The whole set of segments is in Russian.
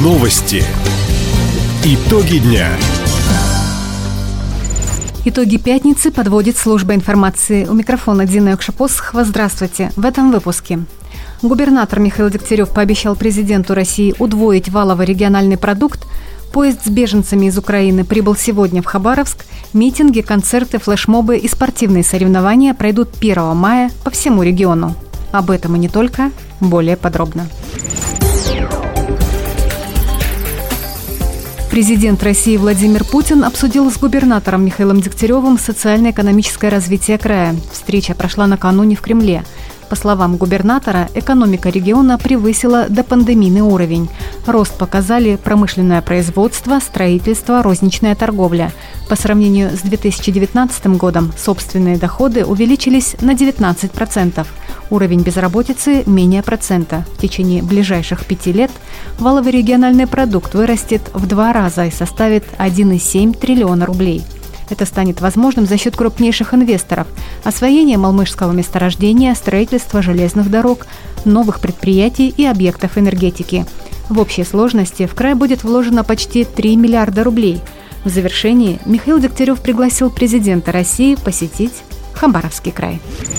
Новости. Итоги дня. Итоги пятницы подводит служба информации. У микрофона Дина Юкшапосхова. Здравствуйте. В этом выпуске. Губернатор Михаил Дегтярев пообещал президенту России удвоить валовый региональный продукт. Поезд с беженцами из Украины прибыл сегодня в Хабаровск. Митинги, концерты, флешмобы и спортивные соревнования пройдут 1 мая по всему региону. Об этом и не только. Более подробно. Президент России Владимир Путин обсудил с губернатором Михаилом Дегтяревым социально-экономическое развитие края. Встреча прошла накануне в Кремле. По словам губернатора, экономика региона превысила допандемийный уровень. Рост показали промышленное производство, строительство, розничная торговля. По сравнению с 2019 годом собственные доходы увеличились на 19%. Уровень безработицы – менее процента. В течение ближайших 5 лет валовый региональный продукт вырастет в 2 раза и составит 1,7 триллиона рублей. Это станет возможным за счет крупнейших инвесторов, освоения Малмыжского месторождения, строительства железных дорог, новых предприятий и объектов энергетики. В общей сложности в край будет вложено почти 3 миллиарда рублей. В завершении Михаил Дегтярев пригласил президента России посетить Хабаровский край.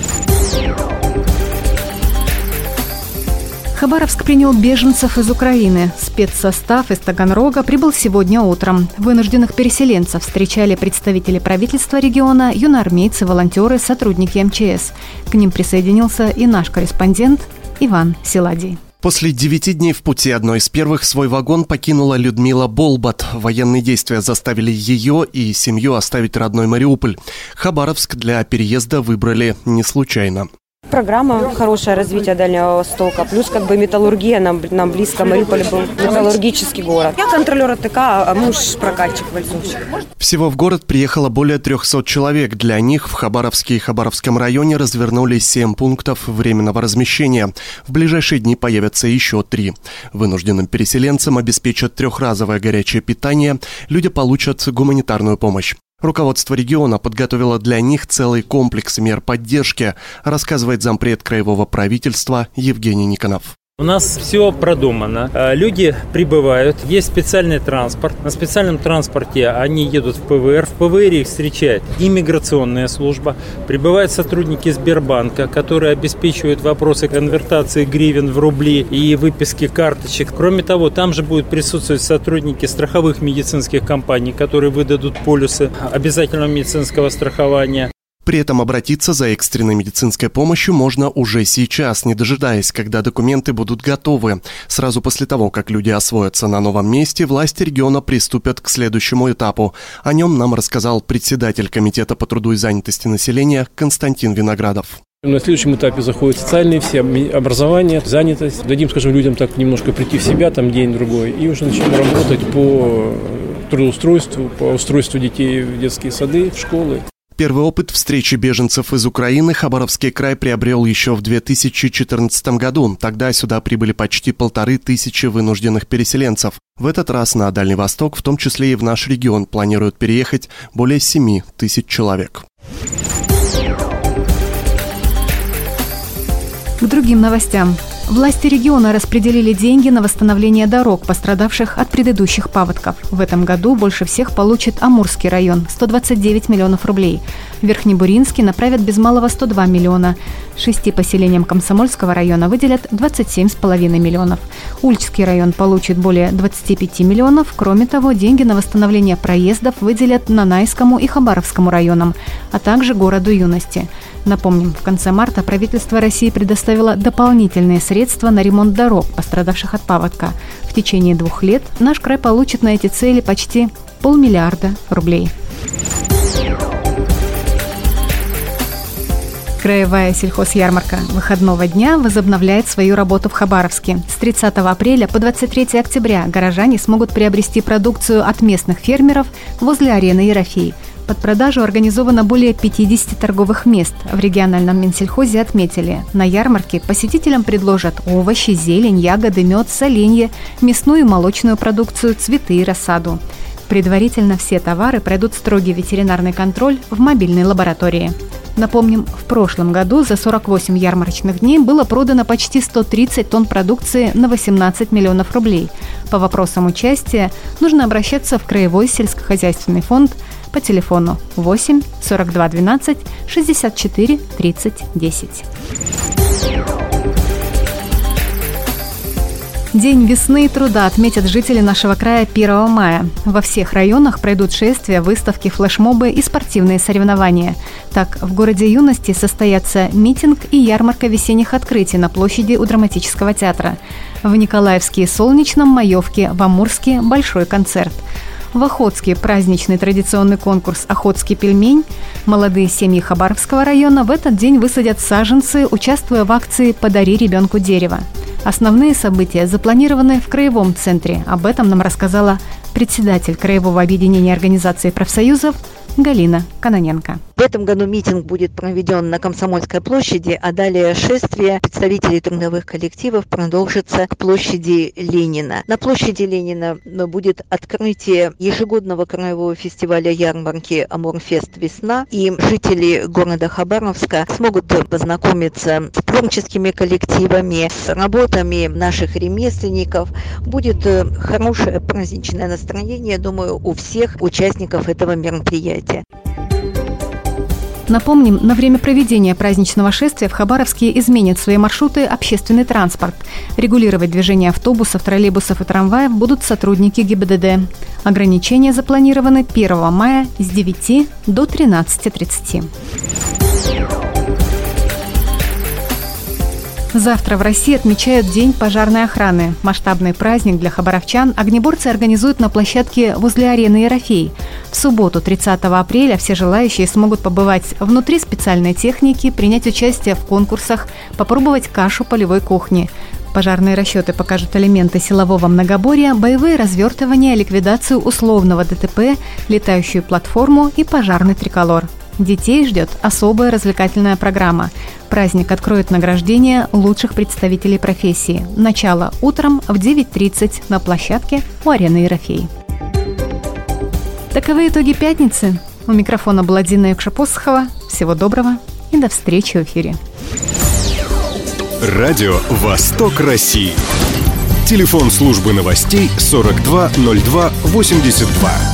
Хабаровск принял беженцев из Украины. Спецсостав из Таганрога прибыл сегодня утром. Вынужденных переселенцев встречали представители правительства региона, юноармейцы, волонтеры, сотрудники МЧС. К ним присоединился и наш корреспондент Иван Силадий. После 9 дней в пути одной из первых свой вагон покинула Людмила Болбат. Военные действия заставили ее и семью оставить родной Мариуполь. Хабаровск для переезда выбрали не случайно. Программа «Хорошее развитие Дальнего Востока», плюс металлургия, нам близко, Мариуполь был металлургический город. Я контролер АТК, а муж прокатчик, вальзовщик. Всего в город приехало более 300 человек. Для них в Хабаровске и Хабаровском районе развернули 7 пунктов временного размещения. В ближайшие дни появятся еще 3. Вынужденным переселенцам обеспечат 3-разовое горячее питание, люди получат гуманитарную помощь. Руководство региона подготовило для них целый комплекс мер поддержки, рассказывает зампред краевого правительства Евгений Никонов. У нас все продумано. Люди прибывают, есть специальный транспорт. На специальном транспорте они едут в ПВР. В ПВР их встречает иммиграционная служба. Прибывают сотрудники Сбербанка, которые обеспечивают вопросы конвертации гривен в рубли и выписки карточек. Кроме того, там же будут присутствовать сотрудники страховых медицинских компаний, которые выдадут полюсы обязательного медицинского страхования. При этом обратиться за экстренной медицинской помощью можно уже сейчас, не дожидаясь, когда документы будут готовы. Сразу после того, как люди освоятся на новом месте, власти региона приступят к следующему этапу. О нем нам рассказал председатель Комитета по труду и занятости населения Константин Виноградов. На следующем этапе заходят социальные все, образование, занятость. Дадим, скажем, людям так немножко прийти в себя, там день-другой, и уже начнем работать по трудоустройству, по устройству детей в детские сады, в школы. Первый опыт встречи беженцев из Украины Хабаровский край приобрел еще в 2014 году. Тогда сюда прибыли почти 1500 вынужденных переселенцев. В этот раз на Дальний Восток, в том числе и в наш регион, планируют переехать более 7000 человек. К другим новостям. Власти региона распределили деньги на восстановление дорог, пострадавших от предыдущих паводков. В этом году больше всех получит Амурский район – 129 миллионов рублей. Верхнебуринский направят без малого 102 миллиона. 6 поселениям Комсомольского района выделят 27,5 миллионов. Ульчский район получит более 25 миллионов. Кроме того, деньги на восстановление проездов выделят Нанайскому и Хабаровскому районам, а также городу Юности. Напомним, в конце марта правительство России предоставило дополнительные средства на ремонт дорог, пострадавших от паводка. В течение 2 лет наш край получит на эти цели почти 500 миллиарда рублей. Краевая сельхозярмарка выходного дня возобновляет свою работу в Хабаровске. С 30 апреля по 23 октября горожане смогут приобрести продукцию от местных фермеров возле арены Ерофей. Под продажу организовано более 50 торговых мест. В региональном Минсельхозе отметили, на ярмарке посетителям предложат овощи, зелень, ягоды, мед, соленье, мясную и молочную продукцию, цветы и рассаду. Предварительно все товары пройдут строгий ветеринарный контроль в мобильной лаборатории. Напомним, в прошлом году за 48 ярмарочных дней было продано почти 130 тонн продукции на 18 миллионов рублей. По вопросам участия нужно обращаться в Краевой сельскохозяйственный фонд по телефону 8 42 12 64 30 10. День весны и труда отметят жители нашего края 1 мая. Во всех районах пройдут шествия, выставки, флешмобы и спортивные соревнования. Так, в городе Юности состоятся митинг и ярмарка весенних открытий на площади у Драматического театра. В Николаевске и Солнечном, Маевке, в Амурске – большой концерт. В Охотске праздничный традиционный конкурс «Охотский пельмень». Молодые семьи Хабаровского района в этот день высадят саженцы, участвуя в акции «Подари ребенку дерево». Основные события запланированы в Краевом центре. Об этом нам рассказала председатель Краевого объединения организаций профсоюзов Галина Кононенко. В этом году митинг будет проведен на Комсомольской площади, а далее шествие представителей трудовых коллективов продолжится к площади Ленина. На площади Ленина будет открытие ежегодного краевого фестиваля ярмарки «Амурфест. Весна», и жители города Хабаровска смогут познакомиться с творческими коллективами, с работами наших ремесленников. Будет хорошее праздничное настроение, думаю, у всех участников этого мероприятия. Напомним, на время проведения праздничного шествия в Хабаровске изменят свои маршруты общественный транспорт. Регулировать движение автобусов, троллейбусов и трамваев будут сотрудники ГИБДД. Ограничения запланированы 1 мая с 9 до 13:30. Завтра в России отмечают День пожарной охраны. Масштабный праздник для хабаровчан огнеборцы организуют на площадке возле арены «Ерофей». В субботу, 30 апреля, все желающие смогут побывать внутри специальной техники, принять участие в конкурсах, попробовать кашу полевой кухни. Пожарные расчеты покажут элементы силового многоборья, боевые развертывания, ликвидацию условного ДТП, летающую платформу и пожарный триколор. Детей ждет особая развлекательная программа. Праздник откроет награждение лучших представителей профессии. Начало утром в 9:30 на площадке у арены «Ерофей». Таковы итоги пятницы. У микрофона была Дина Юкшапосхова. Всего доброго и до встречи в эфире. Радио «Восток России». Телефон службы новостей 42 02 82.